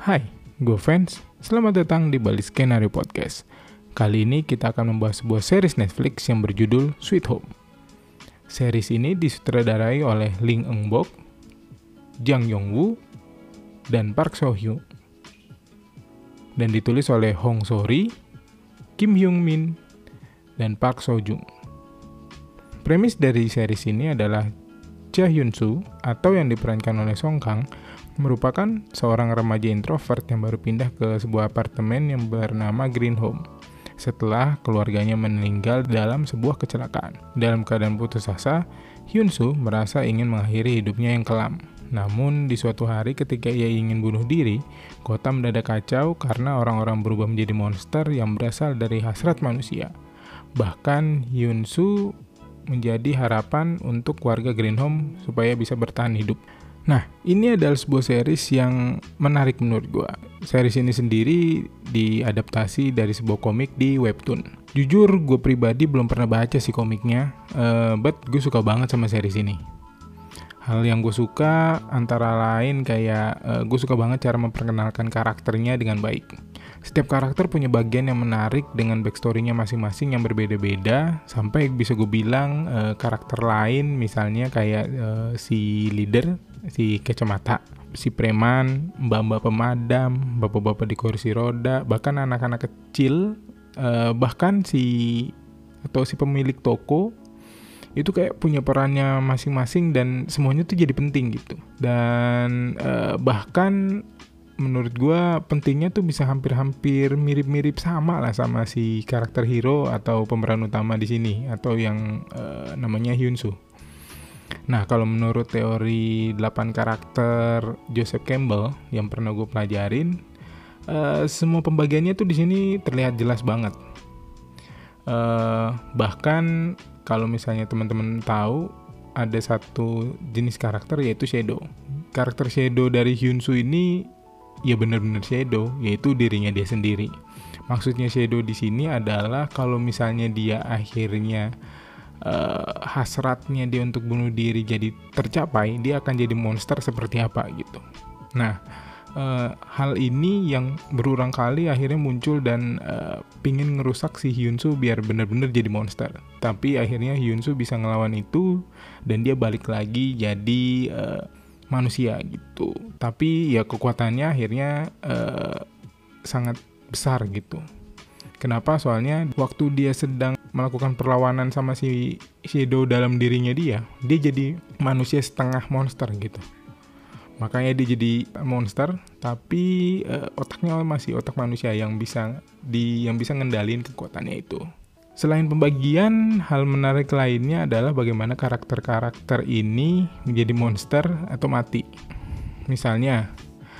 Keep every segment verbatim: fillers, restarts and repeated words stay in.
Hai, gue Fans. Selamat datang di Balik Skenario Podcast. Kali ini kita akan membahas sebuah series Netflix yang berjudul Sweet Home. Series ini disutradarai oleh Lee Eun-bok, Jang Yong-woo, dan Park Seo-hyun. Dan ditulis oleh Hong So-ri, Kim Hyung-min, dan Park Seo-jung. Premis dari series ini adalah Cha Hyun-soo atau yang diperankan oleh Song Kang merupakan seorang remaja introvert yang baru pindah ke sebuah apartemen yang bernama Green Home setelah keluarganya meninggal dalam sebuah kecelakaan. Dalam keadaan putus asa, Hyun-soo merasa ingin mengakhiri hidupnya yang kelam. Namun di suatu hari ketika ia ingin bunuh diri, kota mendadak kacau karena orang-orang berubah menjadi monster yang berasal dari hasrat manusia. Bahkan Hyun-soo menjadi harapan untuk warga Green Home supaya bisa bertahan hidup. Nah, ini adalah sebuah series yang menarik menurut gue. Series ini sendiri diadaptasi dari sebuah komik di webtoon. Jujur, gue pribadi belum pernah baca sih komiknya, uh, but gue suka banget sama series ini. Hal yang gue suka antara lain kayak uh, gue suka banget cara memperkenalkan karakternya dengan baik. Setiap karakter punya bagian yang menarik dengan backstory-nya masing-masing yang berbeda-beda. Sampai bisa gue bilang uh, karakter lain misalnya kayak uh, si leader, si kacamata, si preman, mbak-mbak pemadam, bapak-bapak di kursi roda, bahkan anak-anak kecil, uh, bahkan si atau si pemilik toko itu kayak punya perannya masing-masing dan semuanya tuh jadi penting gitu. Dan uh, bahkan menurut gue pentingnya tuh bisa hampir-hampir mirip-mirip sama lah sama si karakter hero atau pemeran utama di sini atau yang uh, namanya Hyun-soo. Nah, kalau menurut teori delapan karakter Joseph Campbell yang pernah gue pelajarin, uh, semua pembagiannya tuh di sini terlihat jelas banget. Uh, bahkan kalau misalnya teman-teman tahu ada satu jenis karakter yaitu shadow. Karakter shadow dari Hyun-soo ini ya benar-benar shadow, yaitu dirinya dia sendiri. Maksudnya shadow di sini adalah kalau misalnya dia akhirnya uh, hasratnya dia untuk bunuh diri jadi tercapai, dia akan jadi monster seperti apa gitu. Nah, Uh, hal ini yang berulang kali akhirnya muncul dan uh, pingin ngerusak si Hyun-soo biar benar-benar jadi monster. Tapi akhirnya Hyun-soo bisa ngelawan itu dan dia balik lagi jadi uh, manusia gitu. Tapi ya kekuatannya akhirnya uh, sangat besar gitu. Kenapa? Soalnya waktu dia sedang melakukan perlawanan sama si shadow dalam dirinya dia, dia jadi manusia setengah monster gitu. Makanya dia jadi monster, tapi uh, otaknya masih otak manusia yang bisa di yang bisa ngendalin kekuatannya itu. Selain pembagian, hal menarik lainnya adalah bagaimana karakter-karakter ini menjadi monster atau mati. Misalnya,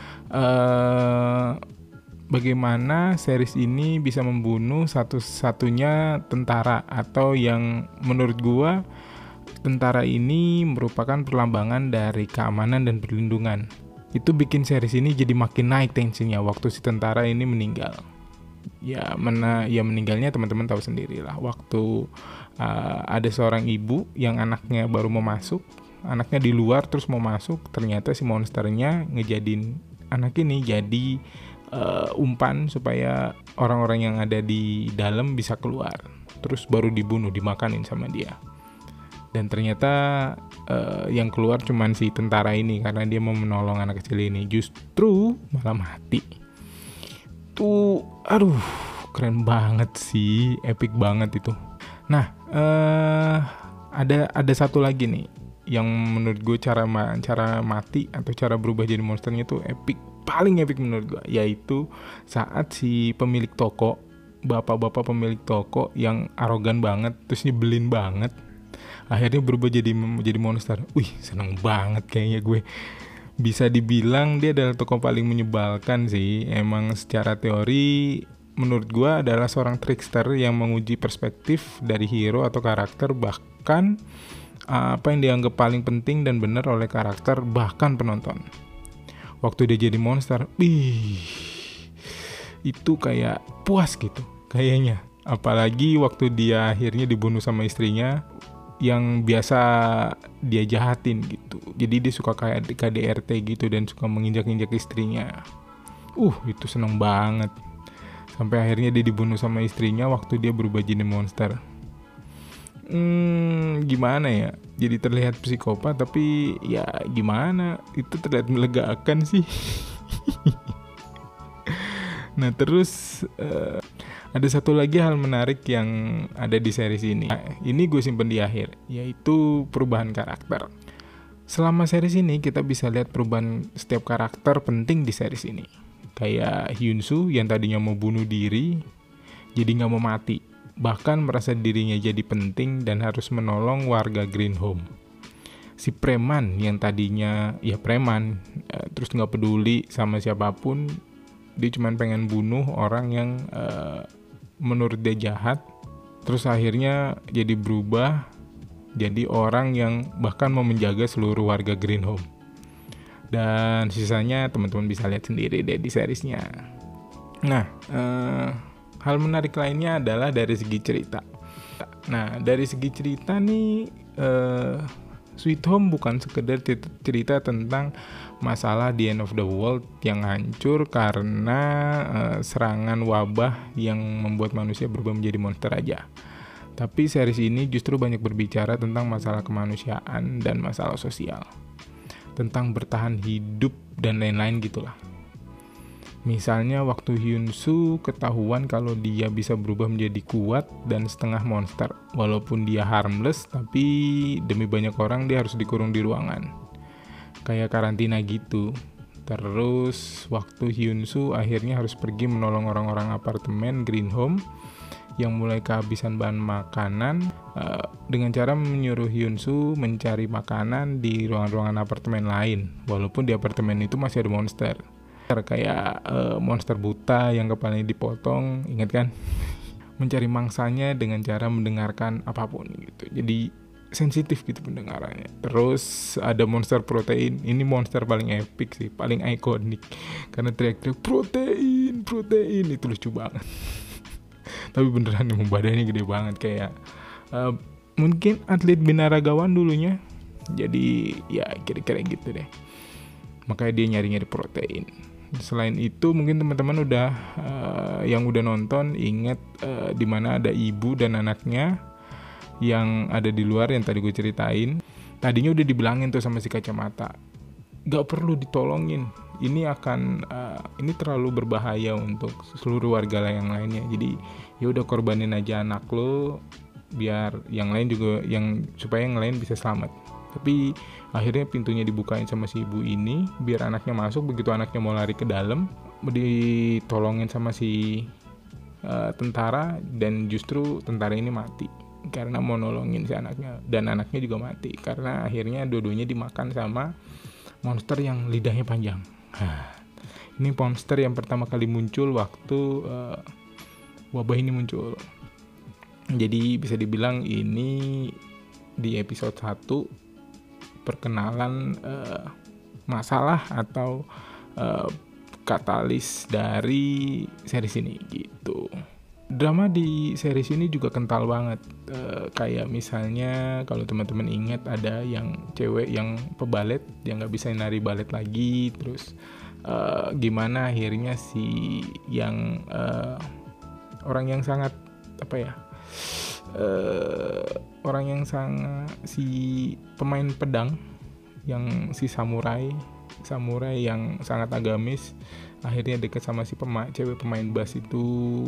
uh, bagaimana series ini bisa membunuh satu-satunya tentara atau yang menurut gua tentara ini merupakan perlambangan dari keamanan dan perlindungan. Itu bikin series ini jadi makin naik tensinya waktu si tentara ini meninggal. Ya, mena, ya meninggalnya teman-teman tahu sendirilah. Waktu uh, ada seorang ibu yang anaknya baru mau masuk, anaknya di luar terus mau masuk, ternyata si monsternya ngejadiin anak ini jadi uh, umpan supaya orang-orang yang ada di dalam bisa keluar. Terus baru dibunuh, dimakanin sama dia. Dan ternyata uh, yang keluar cuman si tentara ini karena dia mau menolong anak kecil ini. Justru malah mati. Tuh, aduh, keren banget sih, epic banget itu. Nah, uh, ada ada satu lagi nih yang menurut gue cara ma- cara mati atau cara berubah jadi monsternya tuh epic, paling epic menurut gue, yaitu saat si pemilik toko, bapak-bapak pemilik toko yang arogan banget, terus nyebelin banget, akhirnya berubah jadi jadi monster. Wih, seneng banget kayaknya gue. Bisa dibilang dia adalah tokoh paling menyebalkan sih. Emang secara teori menurut gue adalah seorang trickster yang menguji perspektif dari hero atau karakter, bahkan apa yang dianggap paling penting dan benar oleh karakter bahkan penonton. Waktu dia jadi monster, wih, itu kayak puas gitu kayaknya. Apalagi waktu dia akhirnya dibunuh sama istrinya yang biasa dia jahatin gitu. Jadi dia suka kayak K D R T gitu dan suka menginjak-injak istrinya. Uh itu seneng banget. Sampai akhirnya dia dibunuh sama istrinya waktu dia berubah jadi monster. Hmm, gimana ya? Jadi terlihat psikopat tapi ya gimana? Itu terlihat melegakan sih. Nah terus uh, ada satu lagi hal menarik yang ada di series ini. Nah, ini gue simpen di akhir, yaitu perubahan karakter. Selama series ini kita bisa lihat perubahan setiap karakter penting di series ini. Kayak Hyun-soo yang tadinya mau bunuh diri, jadi gak mau mati. Bahkan merasa dirinya jadi penting dan harus menolong warga Green Home. Si preman yang tadinya ya preman, eh, terus gak peduli sama siapapun, dia cuma pengen bunuh orang yang eh, menurut dia jahat. Terus akhirnya jadi berubah, jadi orang yang bahkan mau menjaga seluruh warga Green Home. Dan sisanya teman-teman bisa lihat sendiri deh di seriesnya. Nah, eh, hal menarik lainnya adalah dari segi cerita. Nah, dari segi cerita nih, eh, Sweet Home bukan sekedar cerita tentang masalah the end of the world yang hancur karena eh, serangan wabah yang membuat manusia berubah menjadi monster aja. Tapi series ini justru banyak berbicara tentang masalah kemanusiaan dan masalah sosial. Tentang bertahan hidup dan lain-lain gitulah. Misalnya waktu Hyun-soo ketahuan kalau dia bisa berubah menjadi kuat dan setengah monster. Walaupun dia harmless, tapi demi banyak orang dia harus dikurung di ruangan. Kayak karantina gitu. Terus waktu Hyun-soo akhirnya harus pergi menolong orang-orang apartemen Green Home yang mulai kehabisan bahan makanan uh, dengan cara menyuruh Hyun-soo mencari makanan di ruangan-ruangan apartemen lain, walaupun di apartemen itu masih ada monster kayak uh, monster buta yang kepalanya dipotong, ingat kan? Mencari mangsanya dengan cara mendengarkan apapun gitu, jadi sensitif gitu pendengarannya. Terus ada monster protein, ini monster paling epic sih, paling ikonik karena teriak-teriak protein, protein, itu lucu banget. Tapi beneran emang badannya gede banget kayak uh, mungkin atlet binaragawan dulunya. Jadi ya kira-kira gitu deh. Makanya dia nyari-nyari protein. Selain itu mungkin teman-teman udah uh, yang udah nonton inget uh, di mana ada ibu dan anaknya yang ada di luar yang tadi gue ceritain. Tadinya udah dibilangin tuh sama si kacamata, gak perlu ditolongin. Ini akan uh, ini terlalu berbahaya untuk seluruh warga yang lainnya. Jadi ya udah korbanin aja anak lo biar yang lain juga yang supaya yang lain bisa selamat. Tapi akhirnya pintunya dibukain sama si ibu ini biar anaknya masuk. Begitu anaknya mau lari ke dalam, ditolongin sama si uh, tentara dan justru tentara ini mati karena mau nolongin si anaknya, dan anaknya juga mati karena akhirnya dua-duanya dimakan sama monster yang lidahnya panjang. Ini monster yang pertama kali muncul waktu uh, wabah ini muncul. Jadi bisa dibilang ini di episode satu perkenalan uh, masalah atau uh, katalis dari series ini gitu. Drama di series ini juga kental banget. Uh, kayak misalnya kalau teman-teman ingat ada yang cewek yang pebalet yang nggak bisa nari balet lagi, terus uh, gimana akhirnya si yang uh, orang yang sangat apa ya uh, orang yang sangat si pemain pedang yang si samurai samurai yang sangat agamis akhirnya dekat sama si pemain cewek pemain bass itu.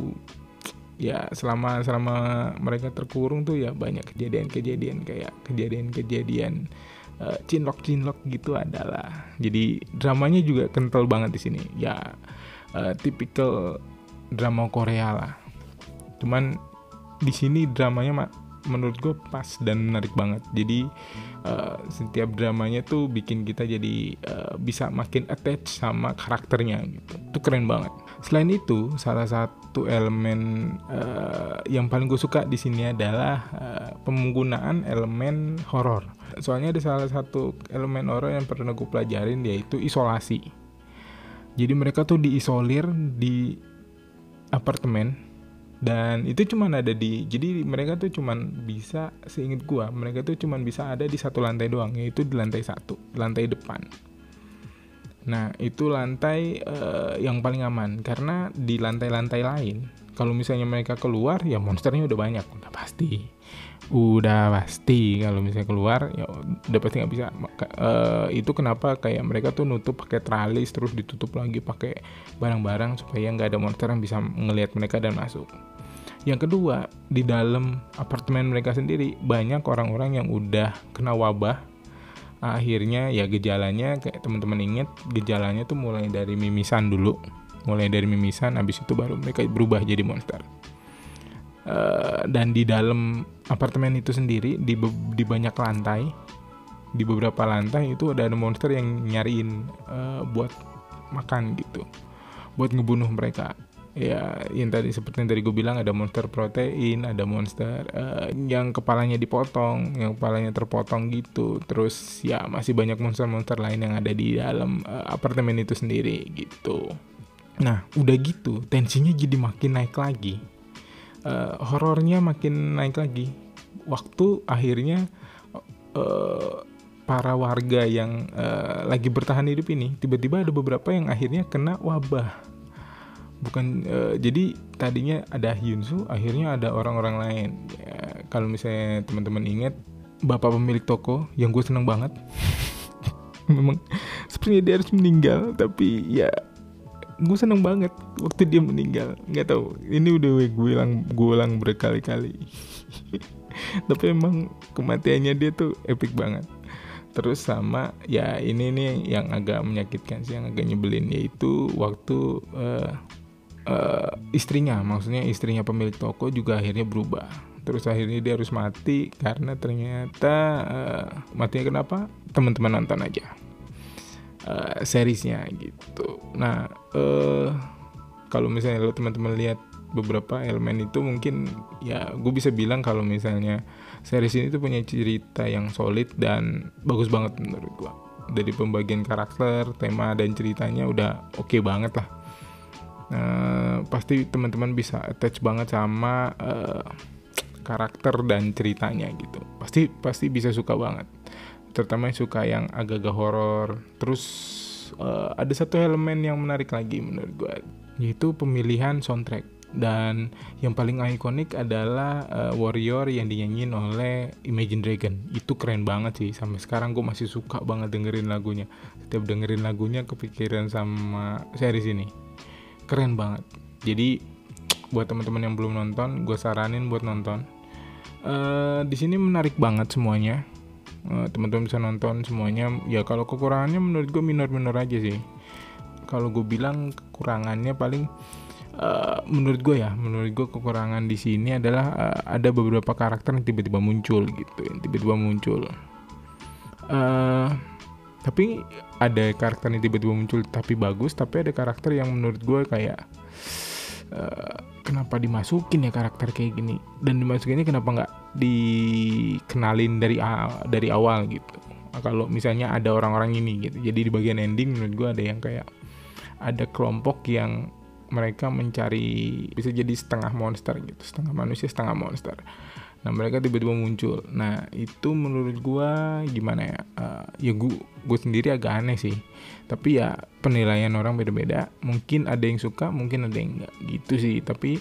Ya selama selama mereka terkurung tuh ya banyak kejadian-kejadian kayak kejadian-kejadian uh, cinlok-cinlok gitu adalah. Jadi dramanya juga kental banget di sini. Ya uh, tipikal drama Korea lah. Cuman di sini dramanya mak menurut gue pas dan menarik banget. Jadi uh, setiap dramanya tuh bikin kita jadi uh, bisa makin attach sama karakternya gitu. Itu keren banget. Selain itu, salah satu elemen uh, yang paling gue suka di sini adalah uh, penggunaan elemen horor. Soalnya ada salah satu elemen horor yang pernah gue pelajarin yaitu isolasi. Jadi mereka tuh diisolir di apartemen. Dan itu cuman ada di, jadi mereka tuh cuman bisa, seingat gua, mereka tuh cuman bisa ada di satu lantai doang, yaitu di lantai satu, lantai depan. Nah, itu lantai uh, yang paling aman, karena di lantai-lantai lain kalau misalnya mereka keluar ya monsternya udah banyak, udah pasti. Udah pasti kalau misalnya keluar ya udah pasti nggak bisa. Uh, itu kenapa kayak mereka tuh nutup pakai tralis, terus ditutup lagi pakai barang-barang supaya nggak ada monster yang bisa ngelihat mereka dan masuk. Yang kedua, di dalam apartemen mereka sendiri banyak orang-orang yang udah kena wabah. Akhirnya ya gejalanya kayak teman-teman inget, gejalanya tuh mulai dari mimisan dulu. Mulai dari mimisan, habis itu baru mereka berubah jadi monster. Uh, dan di dalam apartemen itu sendiri di, be- di banyak lantai, di beberapa lantai itu ada monster yang nyariin uh, buat makan gitu, buat ngebunuh mereka. Ya, yang tadi seperti yang tadi gue bilang, ada monster protein, ada monster uh, yang kepalanya dipotong, yang kepalanya terpotong gitu. Terus ya masih banyak monster-monster lain yang ada di dalam uh, apartemen itu sendiri gitu. Nah, udah gitu tensinya jadi makin naik lagi. Uh, horornya makin naik lagi. Waktu akhirnya uh, para warga yang uh, lagi bertahan hidup ini tiba-tiba ada beberapa yang akhirnya kena wabah. Bukan uh, jadi tadinya ada Hyunsu, akhirnya ada orang-orang lain. Ya, kalau misalnya teman-teman ingat, bapak pemilik toko yang gue seneng banget, memang sepertinya dia harus meninggal, tapi ya gue seneng banget waktu dia meninggal. Nggak tahu, ini udah gue ulang gue ulang berkali-kali. Tapi emang kematiannya dia tuh epic banget. Terus sama ya ini nih yang agak menyakitkan sih, yang agak nyebelin, yaitu waktu uh, uh, istrinya, maksudnya istrinya pemilik toko juga akhirnya berubah. Terus akhirnya dia harus mati karena ternyata uh, matinya kenapa? Teman-teman nonton aja Uh, seriesnya gitu. Nah, uh, kalau misalnya lo teman-teman lihat beberapa elemen itu, mungkin ya gue bisa bilang kalau misalnya series ini tuh punya cerita yang solid dan bagus banget menurut gue. Dari pembagian karakter, tema dan ceritanya udah oke okay banget lah. Uh, pasti teman-teman bisa attach banget sama uh, karakter dan ceritanya gitu. Pasti pasti bisa suka banget. Terutama yang suka yang agak-agak horor. Terus uh, ada satu elemen yang menarik lagi menurut gue, yaitu pemilihan soundtrack. Dan yang paling ikonik adalah uh, Warrior yang dinyanyiin oleh Imagine Dragon. Itu keren banget sih, sampai sekarang gue masih suka banget dengerin lagunya. Setiap dengerin lagunya kepikiran sama series ini. Keren banget. Jadi buat teman-teman yang belum nonton, gue saranin buat nonton. Uh, di sini menarik banget semuanya. Uh, teman-teman bisa nonton semuanya. Ya kalau kekurangannya menurut gue minor-minor aja sih. Kalau gue bilang kekurangannya paling uh, menurut gue ya, menurut gue kekurangan di sini adalah uh, ada beberapa karakter yang tiba-tiba muncul gitu, yang tiba-tiba muncul. Uh, tapi ada karakter yang tiba-tiba muncul tapi bagus, tapi ada karakter yang menurut gue kayak uh, kenapa dimasukin ya karakter kayak gini, dan dimasukinnya kenapa nggak dikenalin dari dari awal gitu. Kalau misalnya ada orang-orang ini gitu, jadi di bagian ending menurut gue ada yang kayak ada kelompok yang mereka mencari, bisa jadi setengah monster gitu, setengah manusia setengah monster. Nah mereka tiba-tiba muncul. Nah itu menurut gue gimana ya, uh, ya gue gue sendiri agak aneh sih. Tapi ya penilaian orang beda-beda. Mungkin ada yang suka, mungkin ada yang enggak gitu sih. Tapi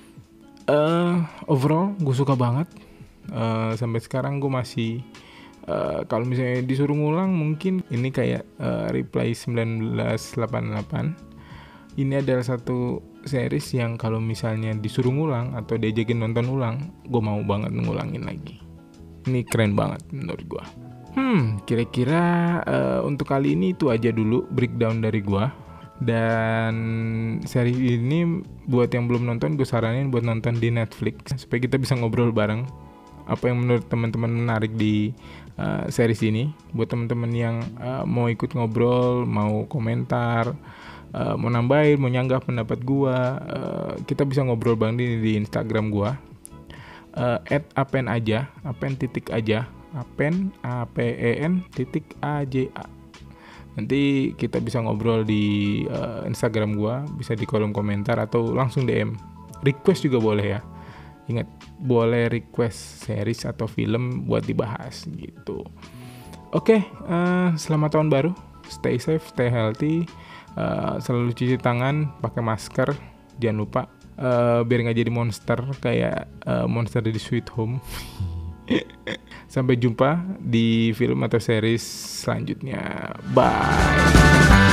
uh, overall gue suka banget. Uh, sampai sekarang gue masih uh, kalau misalnya disuruh ngulang, mungkin ini kayak uh, Reply sembilan belas delapan puluh delapan. Ini adalah satu series yang kalau misalnya disuruh ngulang atau diajakin nonton ulang, gue mau banget ngulangin lagi. Ini keren banget menurut gue. Hmm, kira-kira uh, untuk kali ini itu aja dulu breakdown dari gue. Dan seri ini buat yang belum nonton, gue saranin buat nonton di Netflix supaya kita bisa ngobrol bareng apa yang menurut teman-teman menarik di uh, series ini. Buat teman-teman yang uh, mau ikut ngobrol, mau komentar, uh, mau nambahin, mau nyanggah pendapat gue, uh, kita bisa ngobrol bareng di, di Instagram gue uh, at apen aja, apen titik aja, apen a p e n titik a j a. Nanti kita bisa ngobrol di uh, Instagram gua, bisa di kolom komentar atau langsung D M. Request juga boleh ya. Ingat, boleh request series atau film buat dibahas gitu. Oke, uh, selamat tahun baru. stay safe, stay healthy, uh, selalu cuci tangan, pakai masker, jangan lupa, uh, biar nggak jadi monster kayak uh, monster di Sweet Home. Sampai jumpa di film atau series selanjutnya. Bye.